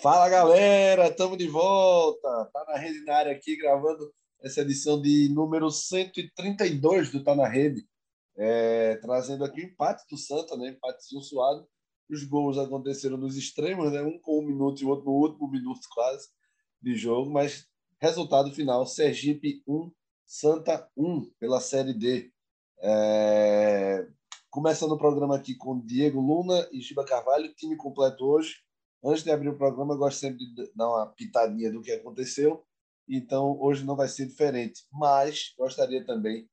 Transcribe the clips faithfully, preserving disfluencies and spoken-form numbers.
Fala, galera, estamos de volta. Tá na Rede na área aqui, gravando essa edição de número cento e trinta e dois do Tá na Rede, é, trazendo aqui o empate do Santa, né? Empatezinho suado. Os gols aconteceram nos extremos, né? Um com um minuto e o outro no último minuto quase de jogo, mas resultado final: Sergipe um, Santa um pela Série D. É... Começando o programa aqui com Diego Luna e Giba Carvalho, time completo hoje. Antes de abrir o programa, eu gosto sempre de dar uma pitadinha do que aconteceu. Então, hoje não vai ser diferente. Mas gostaria também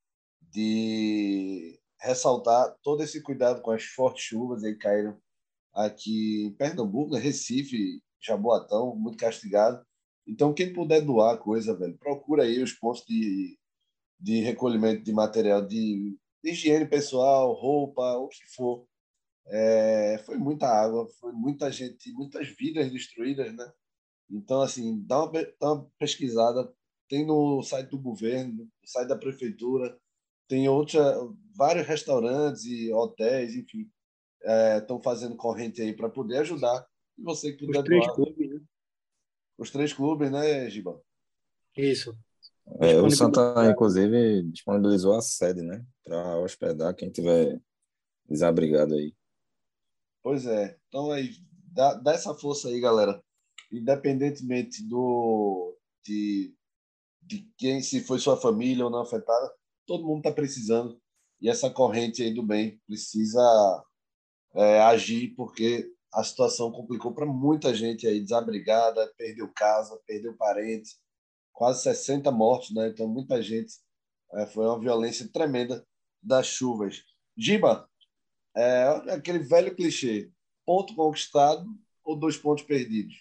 de ressaltar todo esse cuidado com as fortes chuvas que caíram aqui em Pernambuco, né? Recife, Jaboatão, muito castigado. Então, quem puder doar coisa, velho, procura aí os pontos de, de recolhimento de material de, de higiene pessoal, roupa, o que for. É, foi muita água, foi muita gente, muitas vidas destruídas, né? Então, assim, dá uma, dá uma pesquisada. Tem no site do governo, no site da prefeitura, tem outra, vários restaurantes e hotéis, enfim, estão é, fazendo corrente aí para poder ajudar. E você que Os puder três doar. clubes, né? Os três clubes, né, Giba? Isso. É, o Santa, Disponibilidade. inclusive, disponibilizou a sede, né? Para hospedar quem tiver desabrigado aí. Pois é. Então, aí, dá, dá essa força aí, galera. Independentemente do, de, de quem, se foi sua família ou não afetada, todo mundo está precisando. E essa corrente aí do bem precisa é, agir, porque a situação complicou para muita gente aí, desabrigada, perdeu casa, perdeu parentes, quase sessenta mortos, né? Então, muita gente. É, foi uma violência tremenda das chuvas. Giba, é aquele velho clichê: ponto conquistado ou dois pontos perdidos?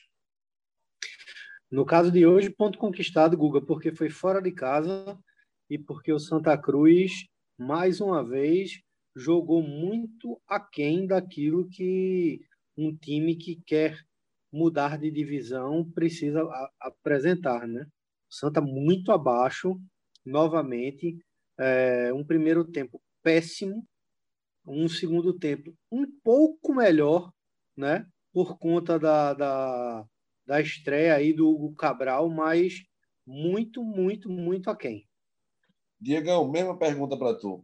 No caso de hoje, ponto conquistado, Guga, porque foi fora de casa e porque o Santa Cruz, mais uma vez, jogou muito aquém daquilo que um time que quer mudar de divisão precisa a- apresentar, né? O Santa muito abaixo, novamente, é, um primeiro tempo péssimo, um segundo tempo um pouco melhor, né? Por conta da, da, da estreia aí do Hugo Cabral, mas muito, muito, muito aquém. Diegão, mesma pergunta para tu.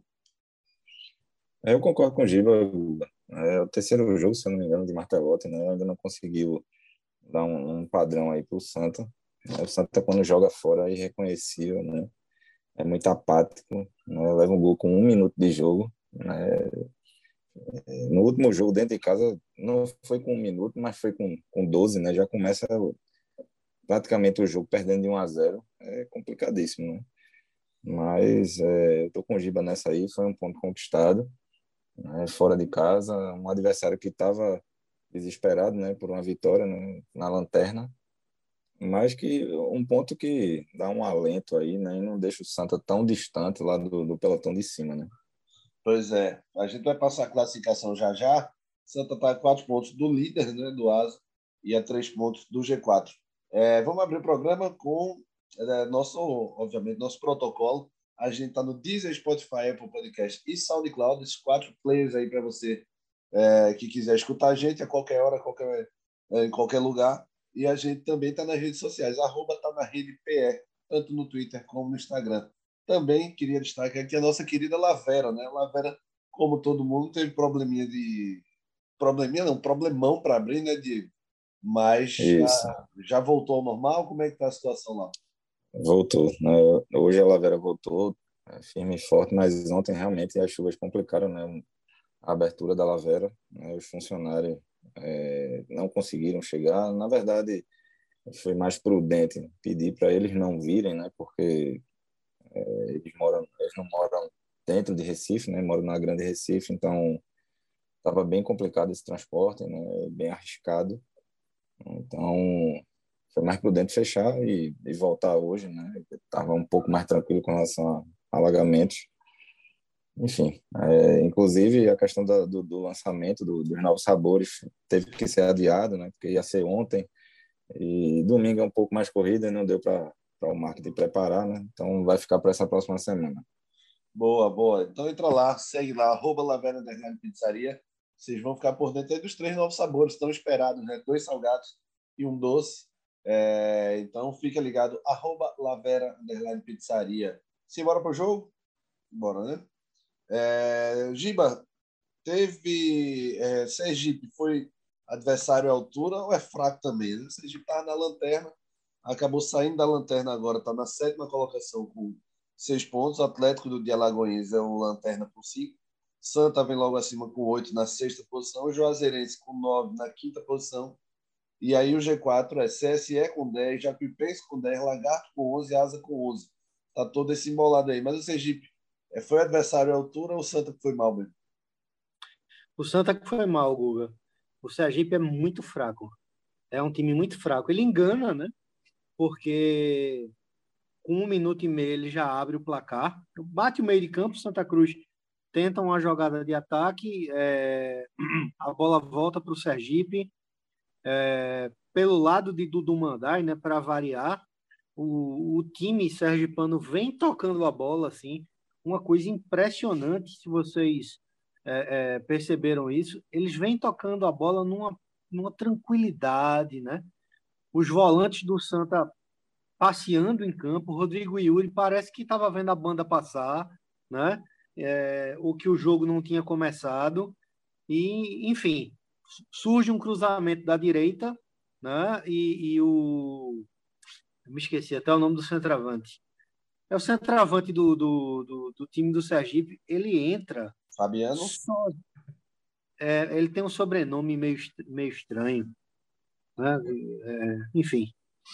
Eu concordo com o Giba. É o terceiro jogo, se eu não me engano, de Martelotti, né? Ainda não conseguiu dar um, um padrão aí pro Santa. O Santa, quando joga fora, é irreconhecível, né? É muito apático, né? Leva um gol com um minuto de jogo, né? No último jogo, dentro de casa, não foi com um minuto, mas foi com, com doze, né? Já começa praticamente o jogo perdendo de um a zero. É complicadíssimo, né? Mas é, eu tô com o Giba nessa aí, foi um ponto conquistado, né? Fora de casa, um adversário que estava desesperado, né? Por uma vitória, né? Na lanterna, mas que um ponto que dá um alento aí, né? E não deixa o Santa tão distante lá do, do pelotão de cima, né? Pois é, a gente vai passar a classificação já já. Santa está a quatro pontos do líder, né, do Asa, e a três pontos do G quatro. É, vamos abrir o programa com é, nosso, obviamente, nosso protocolo. A gente está no Deezer, Spotify, Apple Podcast e SoundCloud, esses quatro players aí para você é, que quiser escutar a gente a qualquer hora, qualquer, é, em qualquer lugar. E a gente também está nas redes sociais, arroba tá na rede P E, tanto no Twitter como no Instagram. Também queria destacar aqui a nossa querida Lavera, né? Lavera, como todo mundo, teve probleminha de. Probleminha não, problemão para abrir, né, Diego? Mas Isso, já, já voltou ao normal? Como é que está a situação lá? voltou, né? Hoje a Lavera voltou, é, firme e forte, mas ontem realmente as chuvas complicaram, né? A abertura da Lavera, né? Os funcionários é, não conseguiram chegar. Na verdade, foi mais prudente pedir para eles não virem, né? Porque é, eles moram, eles não moram dentro de Recife, né? Moram na Grande Recife, então estava bem complicado esse transporte, né? Bem arriscado. Então foi mais prudente fechar e, e voltar hoje, né? Estava um pouco mais tranquilo com relação a alagamentos. Enfim, é, inclusive a questão da, do, do lançamento do, dos novos sabores teve que ser adiado, né? Porque ia ser ontem e domingo é um pouco mais corrida e não deu para o marketing preparar, né? Então vai ficar para essa próxima semana. Boa, boa. Então entra lá, segue lá, arroba Lavera Underline Pizzaria. Vocês vão ficar por dentro aí dos três novos sabores tão esperados, né? Dois salgados e um doce. É, então, fica ligado, arroba Lavera, underline pizzaria. Simbora pro jogo? Bora, né? É, Giba, teve... É, Sergipe foi adversário à altura ou é fraco também? Né? Sergipe estava na lanterna, acabou saindo da lanterna agora, está na sétima colocação com seis pontos. O Atlético do de Alagoinhas é o lanterna com cinco. Santa vem logo acima com oito na sexta posição. O Juazeirense com nove na quinta posição. E aí o G quatro é C S E com dez, Jacuipense com dez, Lagarto com onze, Asa com onze. Tá todo esse embolado aí. Mas o Sergipe é, foi adversário à altura ou o Santa que foi mal mesmo? O Santa que foi mal, Guga. O Sergipe é muito fraco. É um time muito fraco. Ele engana, né? Porque com um minuto e meio ele já abre o placar. Bate o meio de campo, Santa Cruz tenta uma jogada de ataque, é... a bola volta para o Sergipe. É... Pelo lado de Dudu Mandai, né? Para variar, o, o time sergipano vem tocando a bola, assim, uma coisa impressionante, se vocês é, é, perceberam isso, eles vêm tocando a bola numa, numa tranquilidade, né? Os volantes do Santa passeando em campo, Rodrigo Yuri parece que estava vendo a banda passar, né? É, o que o jogo não tinha começado, e, enfim, surge um cruzamento da direita, né? E, e o... Eu me esqueci até o nome do centroavante. É o centroavante do, do, do, do time do Sergipe. Ele entra. Fabiano? Só, é, ele tem um sobrenome meio, meio estranho. Né? É, enfim.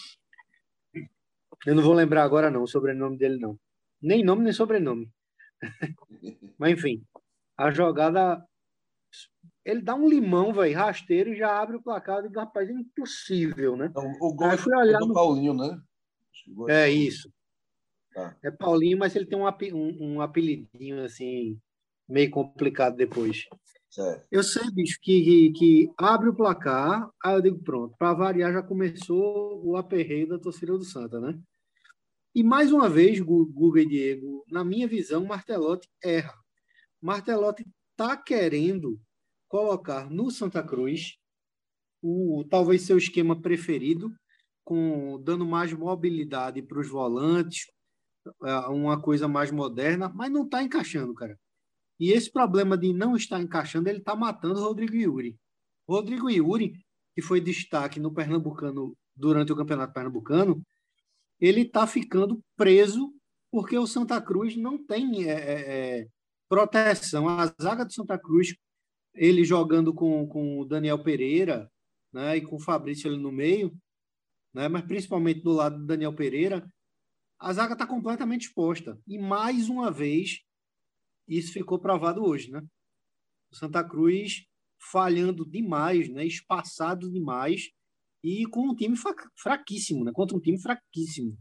Eu não vou lembrar agora, não, o sobrenome dele, não. Nem nome, nem sobrenome. Mas, enfim. A jogada. Ele dá um limão, velho, rasteiro, e já abre o placar. Eu digo, rapaz, é impossível, né? Não, o gol Aí é eu fui do, olhar do no. Paulinho, né? Acho que o gol é do É Paulinho. isso. Tá. É Paulinho, mas ele tem um, api- um, um apelidinho assim, meio complicado depois. Certo. Eu sei, bicho, que, que, que abre o placar, aí eu digo, pronto, para variar já começou o aperreio da torcida do Santa, né? E mais uma vez, Gu- Guga e Diego, na minha visão, Martelotti erra. Martelotti está querendo colocar no Santa Cruz o talvez seu esquema preferido, com dando mais mobilidade para os volantes, é, uma coisa mais moderna, mas não está encaixando, cara. E esse problema de não estar encaixando, ele está matando o Rodrigo Yuri. Rodrigo Yuri, que foi destaque no Pernambucano durante o Campeonato Pernambucano, ele está ficando preso porque o Santa Cruz não tem é, é, é, proteção. A zaga do Santa Cruz, ele jogando com, com o Daniel Pereira, né, e com o Fabrício ali no meio, né, mas principalmente do lado do Daniel Pereira, a zaga está completamente exposta. E mais uma vez, isso ficou provado hoje, né? O Santa Cruz falhando demais, né? Espaçado demais e com um time fraquíssimo, né? Contra um time fraquíssimo.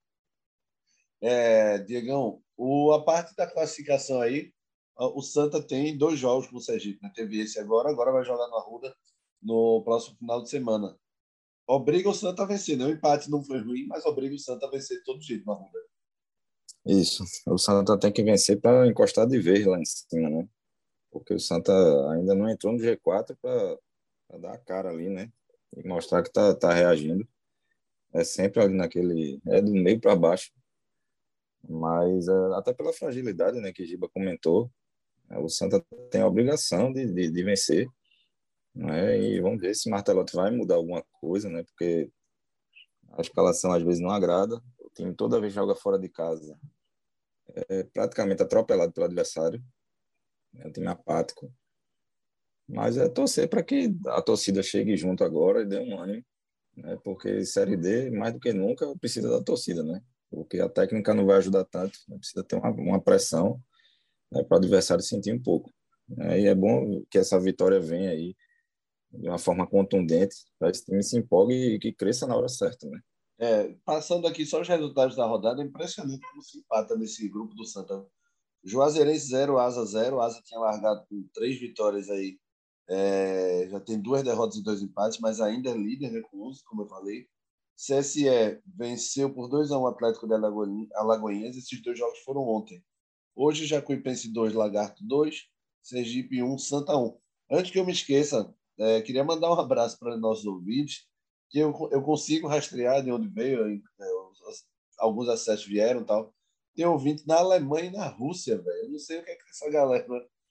É, Diegão, o, a parte da classificação aí, o Santa tem dois jogos com o Sergipe, né? Teve esse agora, agora vai jogar no Arruda no próximo final de semana. Obriga o Santa a vencer, né? O empate não foi ruim, mas obriga o Santa a vencer de todo jeito no Arruda. Isso. O Santa tem que vencer para encostar de vez lá em cima, né? Porque o Santa ainda não entrou no G quatro para dar a cara ali, né? E mostrar que tá, tá reagindo. É sempre ali naquele. É do meio para baixo. Mas é, até pela fragilidade, né, que Giba comentou, é, o Santa tem a obrigação de, de, de vencer, né? E vamos ver se Martelotti vai mudar alguma coisa, né? Porque a escalação às vezes não agrada. O time toda vez joga fora de casa. É praticamente atropelado pelo adversário. É um time apático. Mas é torcer para que a torcida chegue junto agora e dê um ânimo, né? Porque Série D, mais do que nunca, precisa da torcida, né? Porque a técnica não vai ajudar tanto, né? Precisa ter uma, uma pressão, né, para o adversário sentir um pouco. Né? E é bom que essa vitória venha aí de uma forma contundente, para esse time se empolgue e que cresça na hora certa, né? É, passando aqui só os resultados da rodada, é impressionante como se empata nesse grupo do Santa. Juazeirense zero, Asa zero. Asa tinha largado com três vitórias aí. É, já tem duas derrotas e dois empates, mas ainda é líder, né, com onze, como eu falei. C S E venceu por dois a um o Atlético de Alagoinhas. Esses dois jogos foram ontem. Hoje, Jacuipense dois, Lagarto dois, Sergipe um, Santa um. Antes que eu me esqueça, é, queria mandar um abraço para nossos ouvintes, que eu, eu consigo rastrear de onde veio, eu, alguns acessos vieram e tal. Tem ouvinte na Alemanha e na Rússia, velho. Eu não sei o que é que essa galera...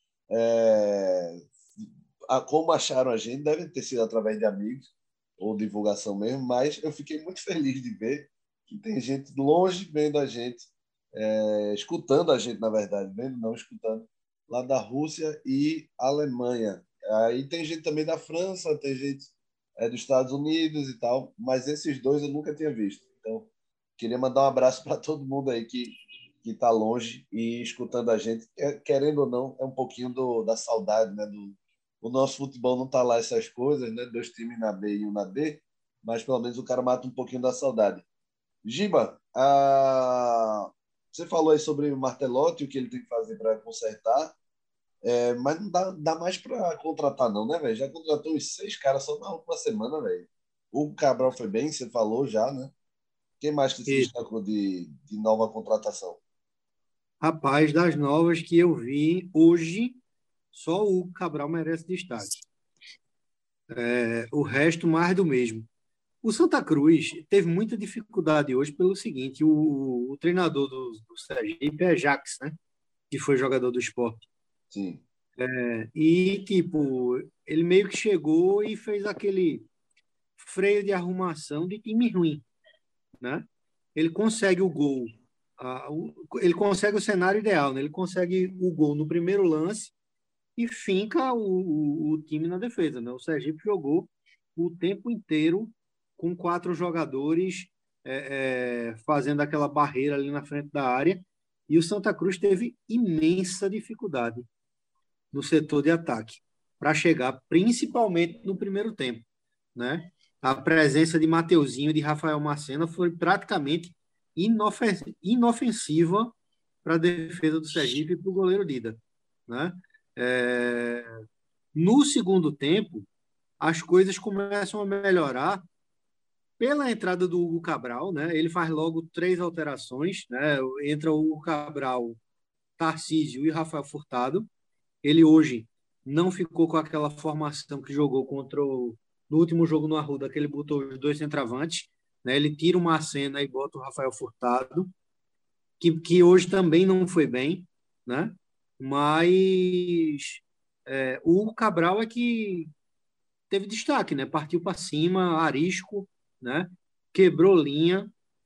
É, como acharam a gente, deve ter sido através de amigos ou divulgação mesmo, mas eu fiquei muito feliz de ver que tem gente longe vendo a gente, é, escutando a gente, na verdade, vendo, não escutando, lá da Rússia e Alemanha. Aí tem gente também da França, tem gente é, dos Estados Unidos e tal, mas esses dois eu nunca tinha visto. Então, queria mandar um abraço para todo mundo aí que que está longe e escutando a gente, querendo ou não, é um pouquinho do, da saudade, né? Do, o nosso futebol não está lá essas coisas, né? Dois times na B e um na D, mas pelo menos o cara mata um pouquinho da saudade. Giba, a... você falou aí sobre o Martelotti, o que ele tem que fazer para consertar, é, mas não dá, dá mais para contratar não, né, velho? Já contratou uns seis caras só na última semana, velho. O Cabral foi bem, você falou já, né? Quem mais que se E, destacou de, de nova contratação? rapaz, das novas que eu vi hoje, só o Cabral merece destaque. É, o resto, mais do mesmo. O Santa Cruz teve muita dificuldade hoje pelo seguinte: o, o treinador do, do Sergipe é Jax, né? Que foi jogador do Sport. Sim. É, e, tipo, ele meio que chegou e fez aquele freio de arrumação de time ruim, né? Ele consegue o gol, ah, o, ele consegue o cenário ideal, né? Ele consegue o gol no primeiro lance e finca o, o, o time na defesa, né? O Sergipe jogou o tempo inteiro com quatro jogadores é, é, fazendo aquela barreira ali na frente da área, e o Santa Cruz teve imensa dificuldade no setor de ataque para chegar, principalmente no primeiro tempo, né? A presença de Mateuzinho e de Rafael Macena foi praticamente inofensiva para a defesa do Sergipe e para o goleiro Dida, né? É... No segundo tempo, as coisas começam a melhorar pela entrada do Hugo Cabral, né? Ele faz logo três alterações, né? Entra o Hugo Cabral, Tarcísio e Rafael Furtado. Ele hoje não ficou com aquela formação que jogou contra o no último jogo no Arruda, que ele botou os dois centravantes, né? Ele tira o Macena e bota o Rafael Furtado, que, que hoje também não foi bem, né? Mas é, o Cabral é que teve destaque, né? Partiu para cima, arisco, né? Quebrou linha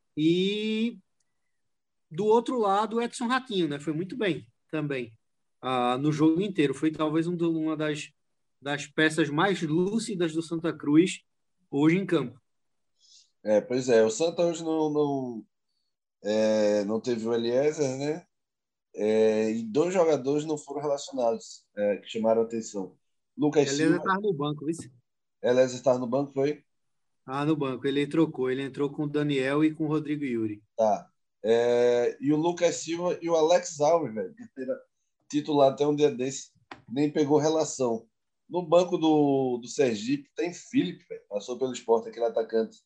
e do outro lado o Edson Ratinho, né? Foi muito bem também ah, no jogo inteiro. Foi talvez um do, uma das, das peças mais lúcidas do Santa Cruz hoje em campo. É, pois é, o Santa hoje não, não, é, não teve o Eliezer, né? É, e dois jogadores não foram relacionados, é, que chamaram a atenção. Lucas Ele ainda Silva, estava no banco, viu? Eliezer estava no banco, foi? Ah, no banco. Ele trocou. Ele entrou com o Daniel e com o Rodrigo Yuri. Tá. É, e o Lucas Silva e o Alex Alves, velho, que era titular até um dia desse, nem pegou relação. No banco do, do Sergipe tem Felipe, velho, passou pelo Sport, aquele atacante.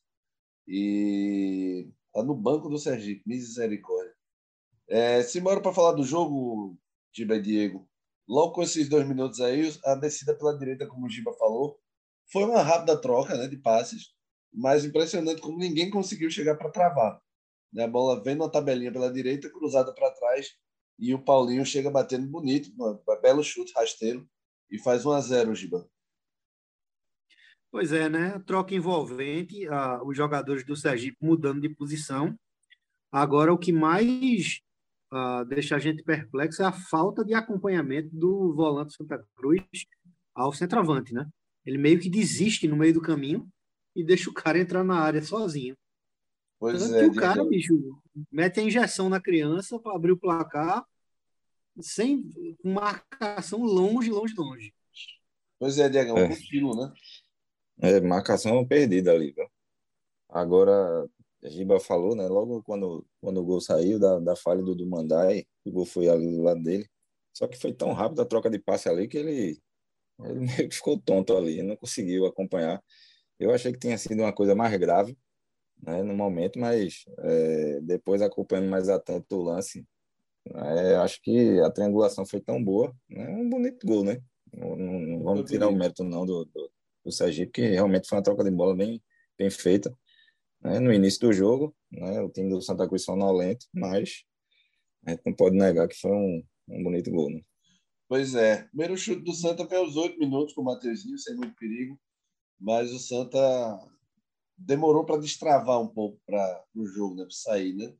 E tá no banco do Sergipe, misericórdia. É, simbora para falar do jogo, Giba e Diego. Logo com esses dois minutos aí, a descida pela direita, como o Giba falou, foi uma rápida troca, né, de passes, mas impressionante como ninguém conseguiu chegar para travar. Né? A bola vem na tabelinha pela direita, cruzada para trás, e o Paulinho chega batendo bonito, um belo chute rasteiro, e faz um a zero, Giba. Pois é, né? Troca envolvente, ah, os jogadores do Sergipe mudando de posição. Agora, o que mais ah, deixa a gente perplexo é a falta de acompanhamento do volante Santa Cruz ao centroavante, né? Ele meio que desiste no meio do caminho e deixa o cara entrar na área sozinho. Pois Tanto que é, o cara, Diego. bicho, mete a injeção na criança para abrir o placar sem com marcação longe, longe, longe. Pois é, Diego, um É, cochilo, né? é marcação perdida ali, viu? Agora, a Giba falou, né? Logo quando, quando o gol saiu da, da falha do Dumandai, o gol foi ali do lado dele. Só que foi tão rápido a troca de passe ali que ele, ele meio que ficou tonto ali, não conseguiu acompanhar. Eu achei que tinha sido uma coisa mais grave, né, no momento, mas é, depois acompanhando mais atento o lance, é, acho que a triangulação foi tão boa, né? Um bonito gol, né? Não, não- não Foi vamos tirar o bonito. mérito não do, do, do Sergipe, porque realmente foi uma troca de bola bem bem feita, né? No início do jogo, né? O time do Santa Cruz sonolento, mas a gente não pode negar que foi um, um bonito gol, né? Pois é. Primeiro chute do Santa foi aos oito minutos com o Mateuzinho, sem muito perigo, mas o Santa demorou para destravar um pouco para o jogo, né? Para sair, né?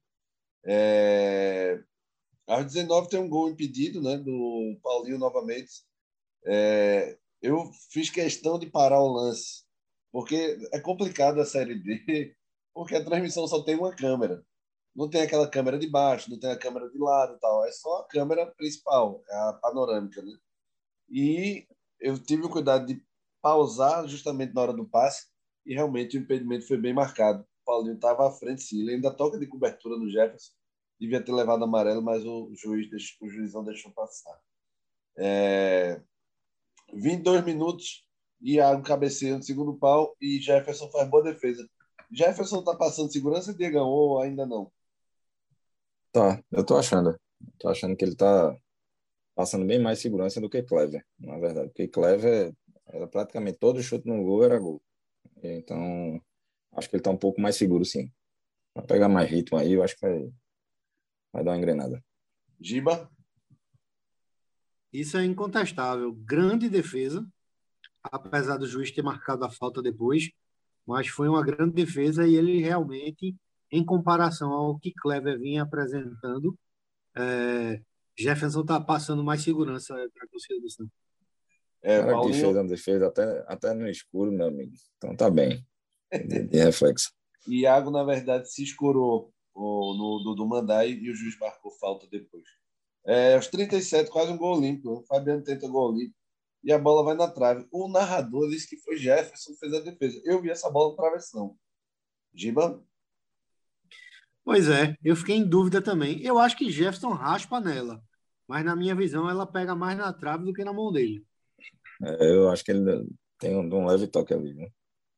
É... Aos dezenove tem um gol impedido, né? Do Paulinho novamente. É... Eu fiz questão de parar o lance, porque é complicado a Série D, porque a transmissão só tem uma câmera. Não tem aquela câmera de baixo, não tem a câmera de lado e tal. É só a câmera principal, é a panorâmica, né? E eu tive o cuidado de pausar justamente na hora do passe e realmente o impedimento foi bem marcado. O Paulinho estava à frente, sim. Ele ainda toca de cobertura no Jefferson. Devia ter levado amarelo, mas o juiz deixou, o juiz não deixou passar. É... vinte e dois minutos, Iago cabeceia no segundo pau e Jefferson faz boa defesa. Jefferson está passando segurança, Diego, ou ainda não? Tá, eu tô achando. Tô achando que ele tá passando bem mais segurança do que Clever, na verdade. Porque Clever era praticamente todo chute no gol era gol. Então, acho que ele tá um pouco mais seguro, sim. Vai pegar mais ritmo aí, eu acho que vai, vai dar uma engrenada. Giba? Isso é incontestável. Grande defesa, apesar do juiz ter marcado a falta depois, mas foi uma grande defesa e ele realmente, em comparação ao que Clever vinha apresentando, é, Jefferson está passando mais segurança para a torcida do Santos. É, Cara que fez Paulinho uma defesa até, até no escuro, meu amigo. Então tá bem, de, de reflexo. e Iago, na verdade, se escorou o- no, do, do Mandai e o juiz marcou falta depois. É, aos trinta e sete, quase um gol limpo. O Fabiano tenta gol limpo e a bola vai na trave. O narrador disse que foi Jefferson que fez a defesa. Eu vi essa bola no travessão. Giba? Pois é, eu fiquei em dúvida também. Eu acho que Jefferson raspa nela, mas na minha visão ela pega mais na trave do que na mão dele. É, eu acho que ele tem um, um leve toque ali, né?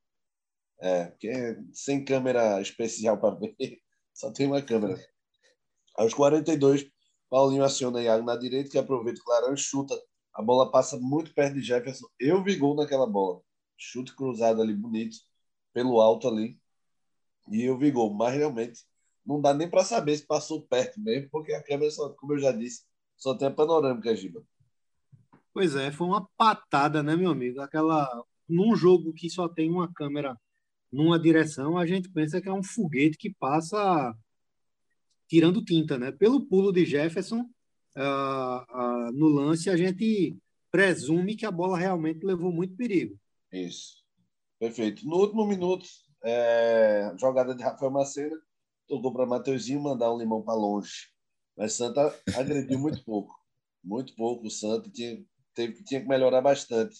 É, porque sem câmera especial para ver, só tem uma câmera. Aos quarenta e dois, Paulinho aciona Iago na direita, que aproveita o Clarão e chuta. A bola passa muito perto de Jefferson. Eu vi gol naquela bola. Chute cruzado ali, bonito, pelo alto ali. E eu vi gol. Mas realmente, não dá nem para saber se passou perto mesmo, porque a câmera, só, como eu já disse, só tem a panorâmica, Giba. Pois é, foi uma patada, né, meu amigo? Aquela num jogo que só tem uma câmera numa direção, a gente pensa que é um foguete que passa tirando tinta, né? Pelo pulo de Jefferson, ah, ah, no lance, a gente presume que a bola realmente levou muito perigo. Isso. Perfeito. No último minuto, é, jogada de Rafael Macena, tocou para Mateuzinho mandar um limão para longe. Mas Santa agrediu muito pouco. Muito pouco. O Santa tinha, teve, tinha que melhorar bastante.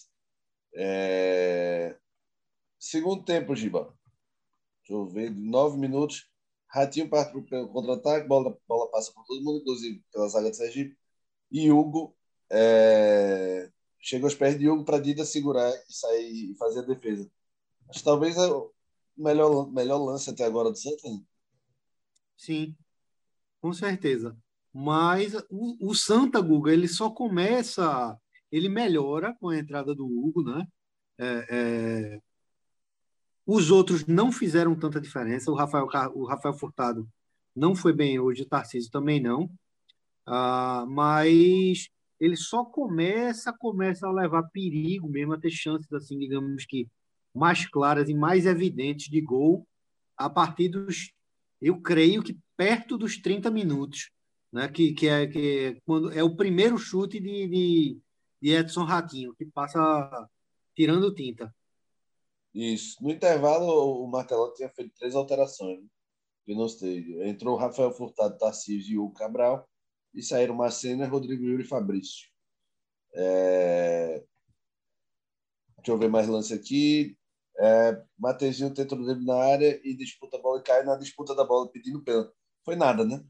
É... Segundo tempo, Giba. Deixa eu ver, nove minutos. Ratinho parte para o contra-ataque, bola, bola passa por todo mundo, inclusive pela zaga de Sergipe. E Hugo é... chega aos pés de Hugo para Dida segurar e sair e fazer a defesa. Acho que talvez é o melhor, melhor lance até agora do Santos. Né? Sim, com certeza. Mas o, o Santa, Guga, ele só começa, ele melhora com a entrada do Hugo, né? É, é, os outros não fizeram tanta diferença. O Rafael, Car- o Rafael Furtado não foi bem hoje, o Tarcísio também não. Ah, mas ele só começa, começa a levar perigo mesmo, a ter chances, assim, digamos que mais claras e mais evidentes de gol a partir dos, eu creio que perto dos trinta minutos, né? Que, que, é, que é quando é o primeiro chute de, de, de Edson Ratinho, que passa tirando tinta. Isso. No intervalo, o Martelotti tinha feito três alterações. Né? Eu não sei. Entrou o Rafael Furtado, Tarcísio e o Cabral. E saíram Marcena, Rodrigo Yuri e Fabrício. É... Deixa eu ver mais lance aqui. É... Mateuzinho tenta o drible na área e disputa a bola e cai na disputa da bola pedindo pênalti. Foi nada, né?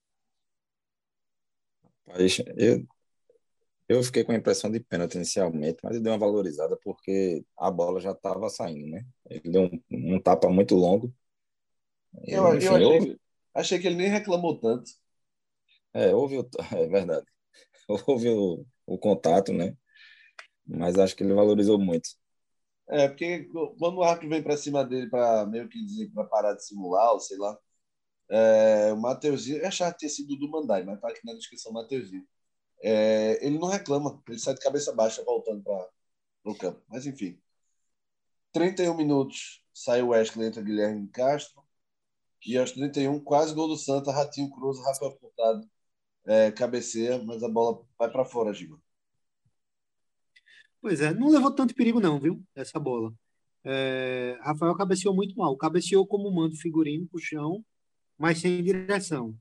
Mas eu, eu fiquei com a impressão de pênalti inicialmente, mas ele deu uma valorizada porque a bola já estava saindo, né? Ele deu um, um tapa muito longo. Eu, E, eu enfim, achei, houve, achei que ele nem reclamou tanto. é, houve o, é verdade, houve o, o contato, né? Mas acho que ele valorizou muito. É, porque quando o árbitro vem para cima dele para meio que dizer para parar de simular, ou sei lá, é, o Mateuzinho, eu achava que tinha sido do Mandai, mas tá aqui na descrição Mateuzinho. É, ele não reclama, ele sai de cabeça baixa voltando para o campo. Mas enfim, trinta e um minutos sai o Wesley, entra Guilherme Castro, e aos trinta e um, quase gol do Santa, Ratinho cruza, Rafael Furtado é, cabeceia, mas a bola vai para fora, Giba. Pois é, não levou tanto perigo não, viu? Essa bola. É, Rafael cabeceou muito mal. Cabeceou como manda o figurino pro chão, mas sem direção.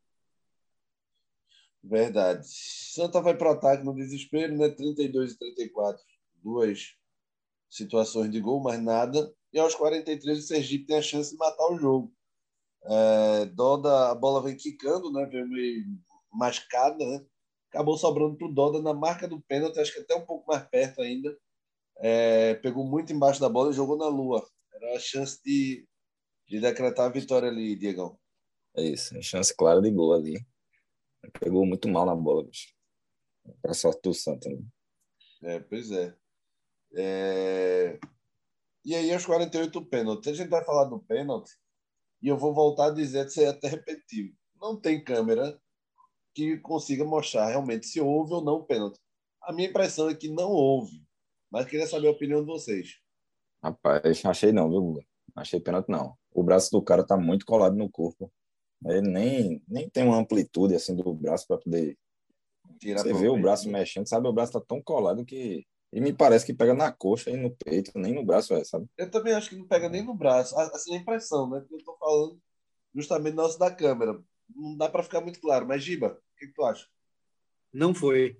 Verdade. Santa vai para o ataque no desespero, né? trinta e dois e trinta e quatro. Duas situações de gol, mas nada. E aos quarenta e três o Sergipe tem a chance de matar o jogo. É, Doda, a bola vem quicando, né? Vem meio mascada, né? Acabou sobrando para o Doda na marca do pênalti, acho que até um pouco mais perto ainda. É, pegou muito embaixo da bola e jogou na lua. Era a chance de, de decretar a vitória ali, Diegão. É isso, chance clara de gol ali. Pegou muito mal na bola, bicho. Pra sorte do Santa, né? É, pois é. é. E aí, aos quarenta e oito, o pênalti. A gente vai falar do pênalti e eu vou voltar a dizer que isso é até repetitivo. Não tem câmera que consiga mostrar realmente se houve ou não o pênalti. A minha impressão é que não houve, mas queria saber a opinião de vocês. Rapaz, achei não, viu, Guga? Achei pênalti não. O braço do cara tá muito colado no corpo. Ele nem, nem tem uma amplitude assim do braço para poder. Tirar Você vê o proveito, braço né? mexendo, sabe? O braço tá tão colado que. E me parece que pega na coxa e no peito, nem no braço, é, sabe? Eu também acho que não pega nem no braço. Assim, a impressão, né? Porque eu tô falando justamente nosso da câmera. Não dá para ficar muito claro. Mas, Giba, o que, que tu acha? Não foi.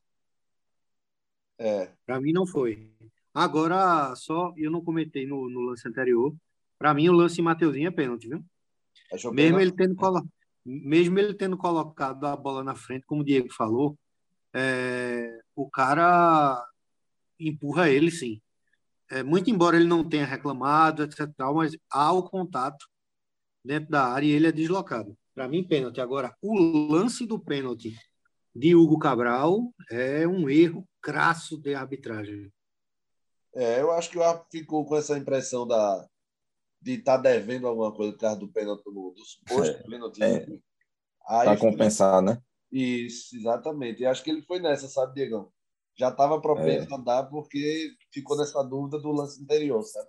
É, Para mim não foi. Agora, só eu não comentei no, no lance anterior. Para mim, o lance de Mateuzinho é pênalti, viu? achou Mesmo pênalti? ele tendo, colo... Mesmo ele tendo colocado a bola na frente, como o Diego falou, é... o cara empurra ele, sim. É, muito embora ele não tenha reclamado, etc, tal, mas há o contato dentro da área e ele é deslocado. Para mim, pênalti. Agora, o lance do pênalti de Hugo Cabral é um erro crasso de arbitragem. É, eu acho que o árbitro ficou com essa impressão da, de estar tá devendo alguma coisa por causa do pênalti, do, do suposto pênalti, É, enfim. é Aí para foi. compensar, né? Isso, exatamente. E acho que ele foi nessa, sabe, Diegão? Já estava propenso É, a dar porque ficou nessa dúvida do lance anterior, sabe?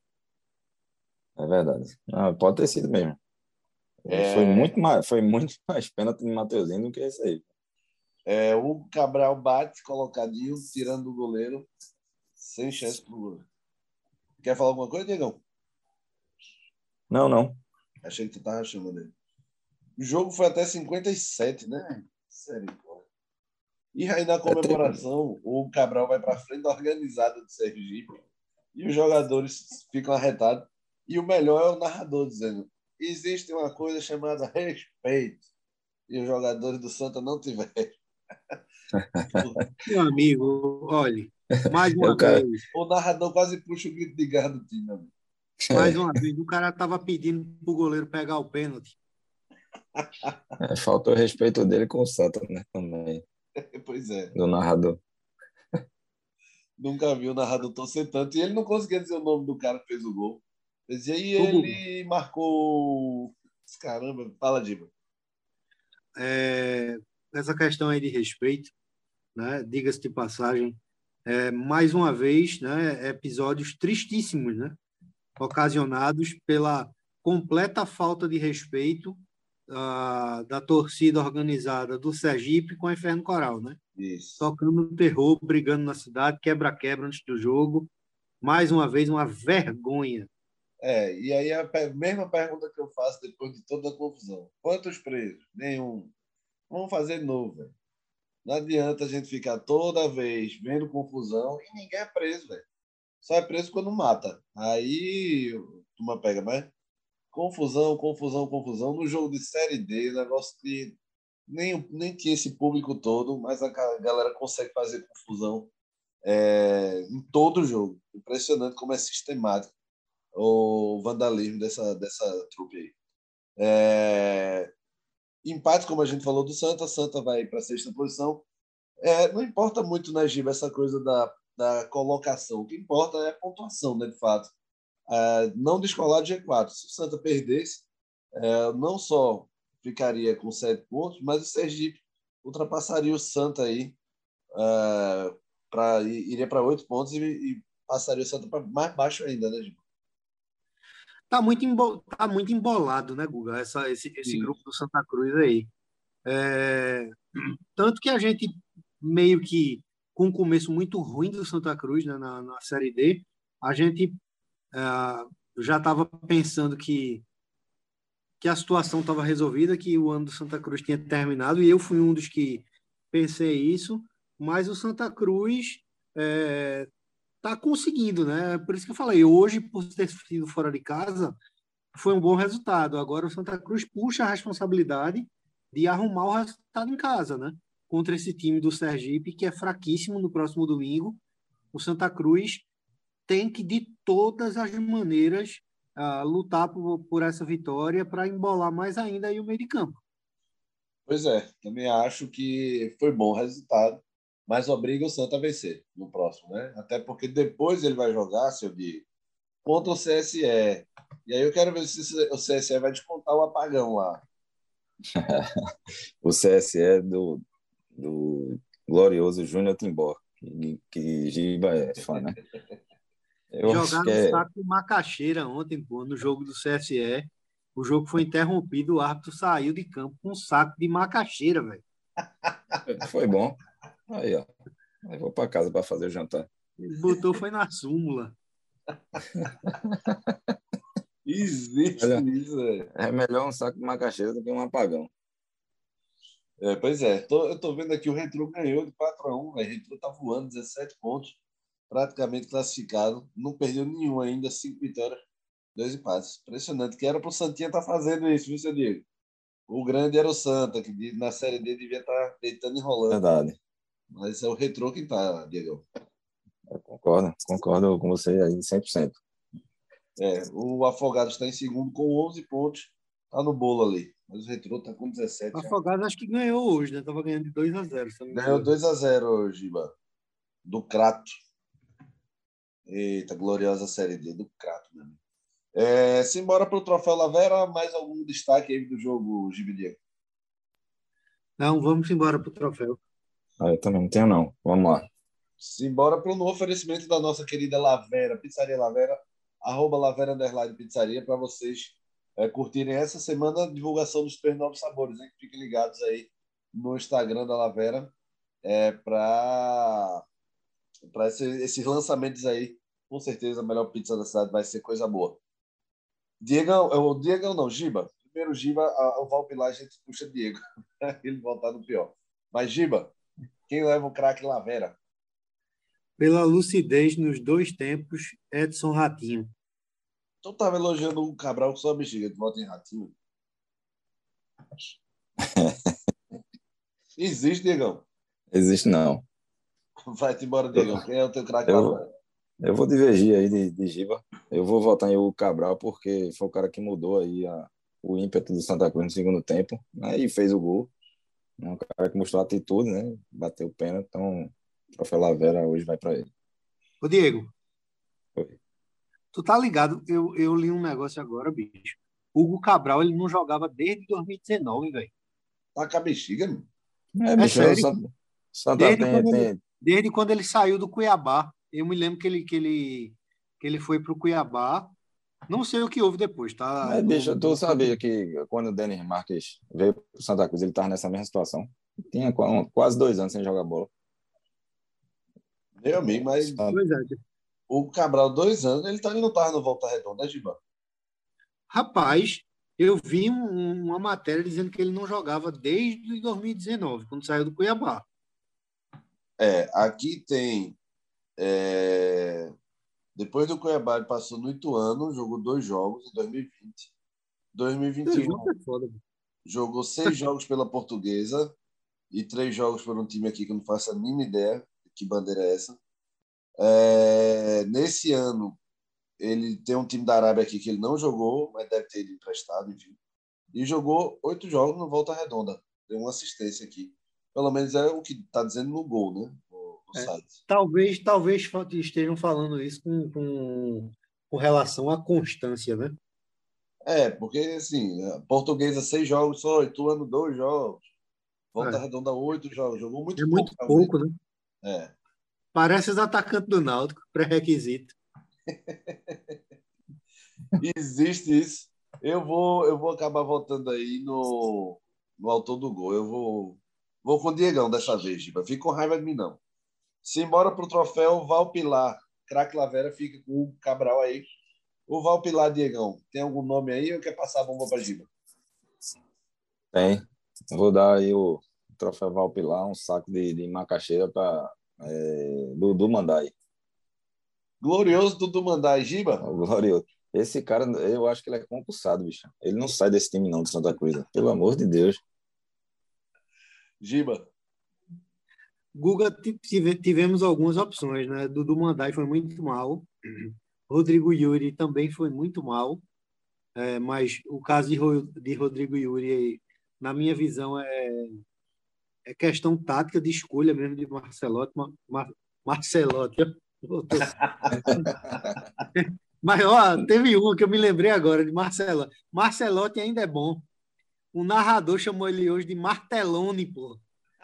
é verdade. Ah, pode ter sido mesmo. Foi É, muito mais, foi muito mais pênalti de Mateuzinho do que esse aí. é, o Cabral bate, colocadinho, tirando o goleiro, sem chance pro goleiro. Quer falar alguma coisa, Diegão? Não, não. Achei que tu tava chamando ele. O jogo foi até cinquenta e sete, né? Sério, pô. E aí, na É, teve, comemoração, o Cabral vai para frente da organizada do Sergipe e os jogadores ficam arretados. E o melhor é o narrador dizendo: existe uma coisa chamada respeito. E os jogadores do Santa não tiveram. Meu amigo, olhe, mais é o uma cara, vez, O narrador quase puxa o grito de guerra do time, amigo. mais é, uma vez, o cara estava pedindo para o goleiro pegar o pênalti. é, faltou o respeito dele com o Santa, né? Também, Pois é. do narrador. Nunca vi o narrador torcer tanto. E ele não conseguia dizer o nome do cara que fez o gol. Ele dizia, e Ô, Guga, ele marcou. Caramba, fala, Diba. é, essa questão aí de respeito, né? Diga-se de passagem, é, mais uma vez, né? Episódios tristíssimos, né? Ocasionados pela completa falta de respeito ah, da torcida organizada do Sergipe com a Inferno Coral, né? Isso. Tocando terror, brigando na cidade, quebra-quebra antes do jogo. Mais uma vez, uma vergonha. É, e aí a pe- mesma pergunta que eu faço depois de toda a confusão. Quantos presos? Nenhum. Vamos fazer de novo, velho. Não adianta a gente ficar toda vez vendo confusão e ninguém é preso, velho. Só é preso quando mata. Aí, turma pega, mas confusão, confusão, confusão. No jogo de Série D, negócio que nem, nem tinha esse público todo, mas a ca- galera consegue fazer confusão é, em todo jogo. Impressionante como é sistemático o vandalismo dessa, dessa trupe aí. É, empate, como a gente falou do Santa, Santa vai para a sexta posição. É, não importa muito, né, Giba, essa coisa da, da colocação. O que importa é a pontuação, né, de fato. Uh, não descolar de G quatro. Se o Santa perdesse, uh, não só ficaria com sete pontos, mas o Sergipe ultrapassaria o Santa aí, uh, pra, iria para oito pontos e, e passaria o Santa para mais baixo ainda, né, Gil? Tá muito, embo... tá muito embolado, né, Guga? Essa, esse, esse grupo do Santa Cruz aí. É... Tanto que a gente meio que, com um começo muito ruim do Santa Cruz, né, na, na Série D, a gente uh, já estava pensando que, que a situação estava resolvida, que o ano do Santa Cruz tinha terminado, e eu fui um dos que pensei isso, mas o Santa Cruz é, tá conseguindo, né? Por isso que eu falei, hoje, por ter sido fora de casa, foi um bom resultado. Agora o Santa Cruz puxa a responsabilidade de arrumar o resultado em casa, né? Contra esse time do Sergipe, que é fraquíssimo no próximo domingo. O Santa Cruz tem que, de todas as maneiras, uh, lutar por, por essa vitória para embolar mais ainda aí o meio de campo. Pois é, também acho que foi bom o resultado, mas obriga o Santa a vencer no próximo, né? Até porque depois ele vai jogar, seu Diego, contra o C S E. E aí eu quero ver se o C S E vai descontar o apagão lá. O C S E do, do glorioso Júnior Timbó, que, que Giba é fã, né? Eu Jogaram um é... saco de macaxeira ontem, pô, no jogo do C S E. O jogo foi interrompido, o árbitro saiu de campo com um saco de macaxeira, velho. Foi bom. Aí, ó. Aí vou para casa para fazer o jantar. Ele botou, foi na súmula. Existe Olha, isso, é. É melhor um saco de macaxeira do que um apagão. É, pois é, tô, eu tô vendo aqui o Retro ganhou de quatro a um, o Retro tá voando, dezessete pontos, praticamente classificado, não perdeu nenhum ainda, cinco vitórias, dois empates. Impressionante, que era pro Santinha estar tá fazendo isso, viu, seu Diego? O grande era o Santa, que na Série D devia estar tá deitando e enrolando. Verdade. Mas é o Retro que tá, Diego. Eu concordo, concordo com você aí cem por cento. É, o Afogados está em segundo com onze pontos, tá no bolo ali. Mas o Retro tá com dezessete. O Afogados acho que ganhou hoje, né? Tava ganhando de dois a zero. Ganhou dois a zero hoje, Giba. Do Crato. Eita, gloriosa Série D do Crato, meu amigo. É, simbora para o Troféu Lavera, mais algum destaque aí do jogo, Gibidiego? Não, vamos embora para o troféu. Ah, eu também não tenho, não. Vamos lá. Simbora para o oferecimento da nossa querida Lavera, Pizzaria Lavera, arroba Lavera Underline Pizzaria, para vocês é, curtirem essa semana a divulgação dos três novos sabores, hein? Fiquem ligados aí no Instagram da Lavera é, para esse, esses lançamentos aí. Com certeza a melhor pizza da cidade vai ser coisa boa. Diegão, o Diegão não, Giba. Primeiro Giba, o Valpilar a gente puxa Diego. Ele voltar no pior. Mas Giba, quem leva o craque Lavera? Pela lucidez nos dois tempos, Edson Ratinho. Tu tava elogiando o Cabral com sua bexiga de volta em Ratinho. Existe, Diegão? Existe não. Vai-te embora, Diegão. Quem é o teu craque Eu, Lavera? eu vou divergir aí de, de Giba. Eu vou votar em Hugo Cabral porque foi o cara que mudou aí a, o ímpeto do Santa Cruz no segundo tempo, né, e fez o gol. É um cara que mostrou atitude, né? Bateu o pênalti, então o troféu Lavera hoje vai para ele. Ô, Diego. Foi. Tu tá ligado? Eu, eu li um negócio agora, bicho. Hugo Cabral, ele não jogava desde dois mil e dezenove, velho. Tá com a bexiga, meu? É, É bicho, o sério. Santa, Santa Desde tem, quando, ele, tem... desde quando ele saiu do Cuiabá. Eu me lembro que ele, que ele, que ele foi pro Cuiabá. Não sei o que houve depois, tá? Mas, Não, bicho, tu não sabia que quando o Denis Marques veio pro Santa Cruz, ele tava nessa mesma situação. Tinha quase dois anos sem jogar bola. Meu amigo, mas Pois é. o Cabral, dois anos, ele, tá, ele não tava no Volta Redonda, né, Giba? Rapaz, eu vi um- uma matéria dizendo que ele não jogava desde dois mil e dezenove, quando saiu do Cuiabá. É, aqui tem. É, depois do Cuiabá, ele passou no Ituano, jogou dois jogos em dois mil e vinte. Esse dois mil e vinte e um, jogo é foda. jogou seis jogos pela Portuguesa e três jogos por um time aqui que eu não faço a mínima ideia de que bandeira é essa. É, nesse ano, ele tem um time da Arábia aqui que ele não jogou, mas deve ter ido emprestado, enfim. E jogou oito jogos no Volta Redonda. Deu uma assistência aqui. Pelo menos é o que está dizendo no gol, né? É, site. talvez, talvez fa- estejam falando isso com, com, com relação à constância, né? É, porque assim, a Portuguesa seis jogos só, Ituano dois jogos, Volta É, Redonda oito jogos, jogou é muito pouco muito realmente. pouco, né? É. Parece os atacantes do Náutico, pré-requisito. Existe isso. Eu vou, eu vou acabar voltando aí no, no autor do gol. Eu vou, vou com o Diegão dessa vez, Giba. Fica com raiva de mim, não. Simbora pro troféu Valpilar. Craque Lavera fica com o Cabral aí. O Valpilar, Diegão, tem algum nome aí ou quer passar a bomba para Giba? Tem. Vou dar aí o troféu Valpilar, um saco de, de macaxeira para é, Dudu mandar aí. Glorioso Dudu Mandai, Giba. O glorioso. Esse cara, eu acho que ele é concussado, bicho. Ele não sai desse time, não, do Santa Cruz. Pelo amor de Deus. Giba. Guga, ti- tive- tivemos algumas opções, né? Dudu Mandai foi muito mal. Rodrigo Yuri também foi muito mal. É, mas o caso de, Ro- de Rodrigo Yuri, na minha visão, é, é questão tática de escolha mesmo de Marcelotti. Mar, Mar- Marcelotti, ó. Voltou. Mas, ó, teve uma que eu me lembrei agora, de Marcelotti. Marcelotti ainda é bom. O narrador chamou ele hoje de Martelone, pô.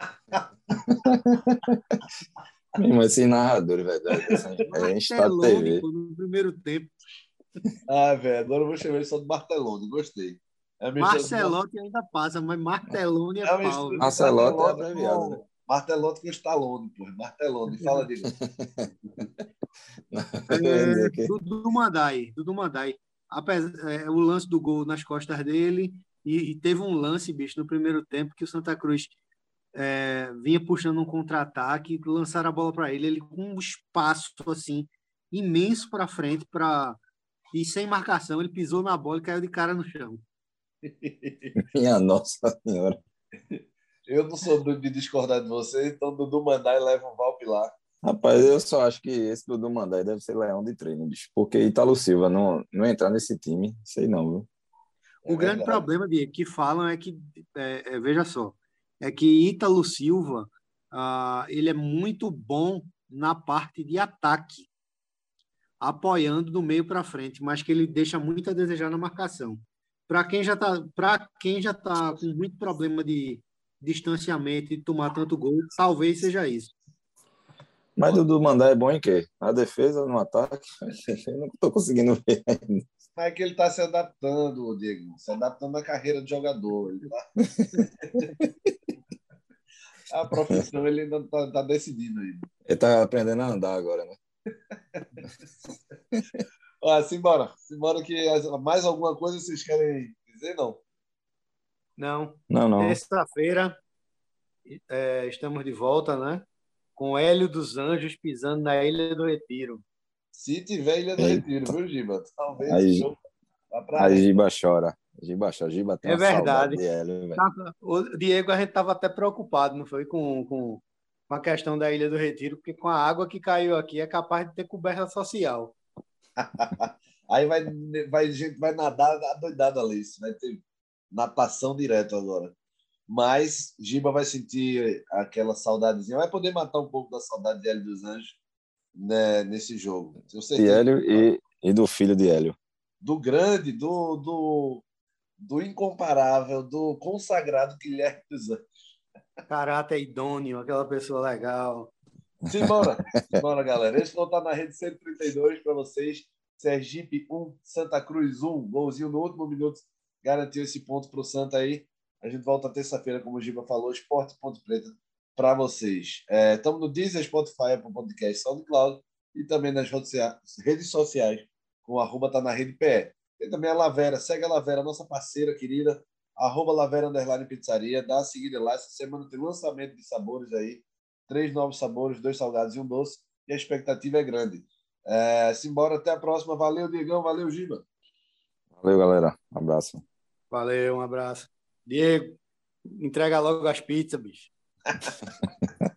Mesmo esse narrador, velho. Dessa, é Estado Martelone, T V. pô, no primeiro tempo. Ah, velho, agora eu vou chamar ele só de Bartelone. Gostei. É a mistura de, Mar- Marcelotti ainda passa, mas Martelone é é a pau, mistura viu? de Marcelotti é Bartelotti abreviado, né? com Martelotti com Stallone, pô. Martelone. Fala, Diego. Eu ia É, dizer que Dudu Mandai, Dudu Mandai. Apesar, é, o lance do gol nas costas dele, e, e teve um lance, bicho, no primeiro tempo, que o Santa Cruz é, vinha puxando um contra-ataque, lançaram a bola para ele, ele com um espaço assim imenso para frente, para e sem marcação, ele pisou na bola e caiu de cara no chão. minha Nossa Senhora. Eu não sou doido de discordar de você, então Dudu Mandai leva o Valpilar. Rapaz, eu só acho que esse Dudu Mandai deve ser leão de treino, bicho. Porque Ítalo Silva não, não entrar nesse time, sei não, viu? É O grande verdade. problema de que falam é que, é, é, veja só, é que Ítalo Silva, ah, ele é muito bom na parte de ataque, apoiando do meio para frente, mas que ele deixa muito a desejar na marcação. Para quem já está, para quem já tá com muito problema de distanciamento e tomar tanto gol, talvez seja isso. Mas Dudu Mandai é bom em quê? Na defesa, no ataque? Eu não tô conseguindo ver. Mas é que ele está se adaptando, Diego. Se adaptando à carreira de jogador. Ele tá... A profissão ele ainda está tá decidindo ainda. Ele tá aprendendo a andar agora, né? Ah, simbora. Simbora que as- mais alguma coisa vocês querem dizer? Não. Não. Não, não. Terça-feira, é, estamos de volta, né? Com Hélio dos Anjos pisando na Ilha do Retiro. Se tiver Ilha do Retiro, Eita. viu, Giba? Talvez o Aí, jogo vá para aí ré. Giba chora. Giba chora. Giba tem É uma saudade verdade. de Hélio, velho. Tava- O Diego, a gente estava até preocupado, não foi? Com, com, com a questão da Ilha do Retiro, porque com a água que caiu aqui é capaz de ter coberta social. Aí vai, vai, gente vai nadar adoidado ali. Vai ter natação direto agora. Mas Giba vai sentir aquela saudadezinha. Vai poder matar um pouco da saudade de Hélio dos Anjos, né, nesse jogo. Tenho De certeza. Hélio e, e do filho de Hélio. Do grande, do, do, do incomparável, do consagrado Guilherme dos Anjos. Caráter idôneo, aquela pessoa legal. Simbora. Simbora, galera. Esse não tá na rede cento e trinta e dois para vocês. Sergipe um, Santa Cruz um. Golzinho no último minuto garantiu esse ponto para o Santa aí. A gente volta terça-feira, como o Giba falou, Esporte Ponto Preta para vocês. Estamos é, no Deezer, Spotify, Apple Podcast, SoundCloud e também nas redes sociais com arroba tá na rede P E. Tem também a Lavera. Segue a Lavera, nossa parceira querida, arroba Lavera Underline Pizzaria. Dá a seguida lá. Essa semana tem lançamento de sabores aí. Três novos sabores, dois salgados e um doce. E a expectativa é grande. É, simbora, até a próxima. Valeu, Diegão. Valeu, Giba. Valeu, galera. Um abraço. Valeu, um abraço. Diego, entrega logo as pizzas, bicho.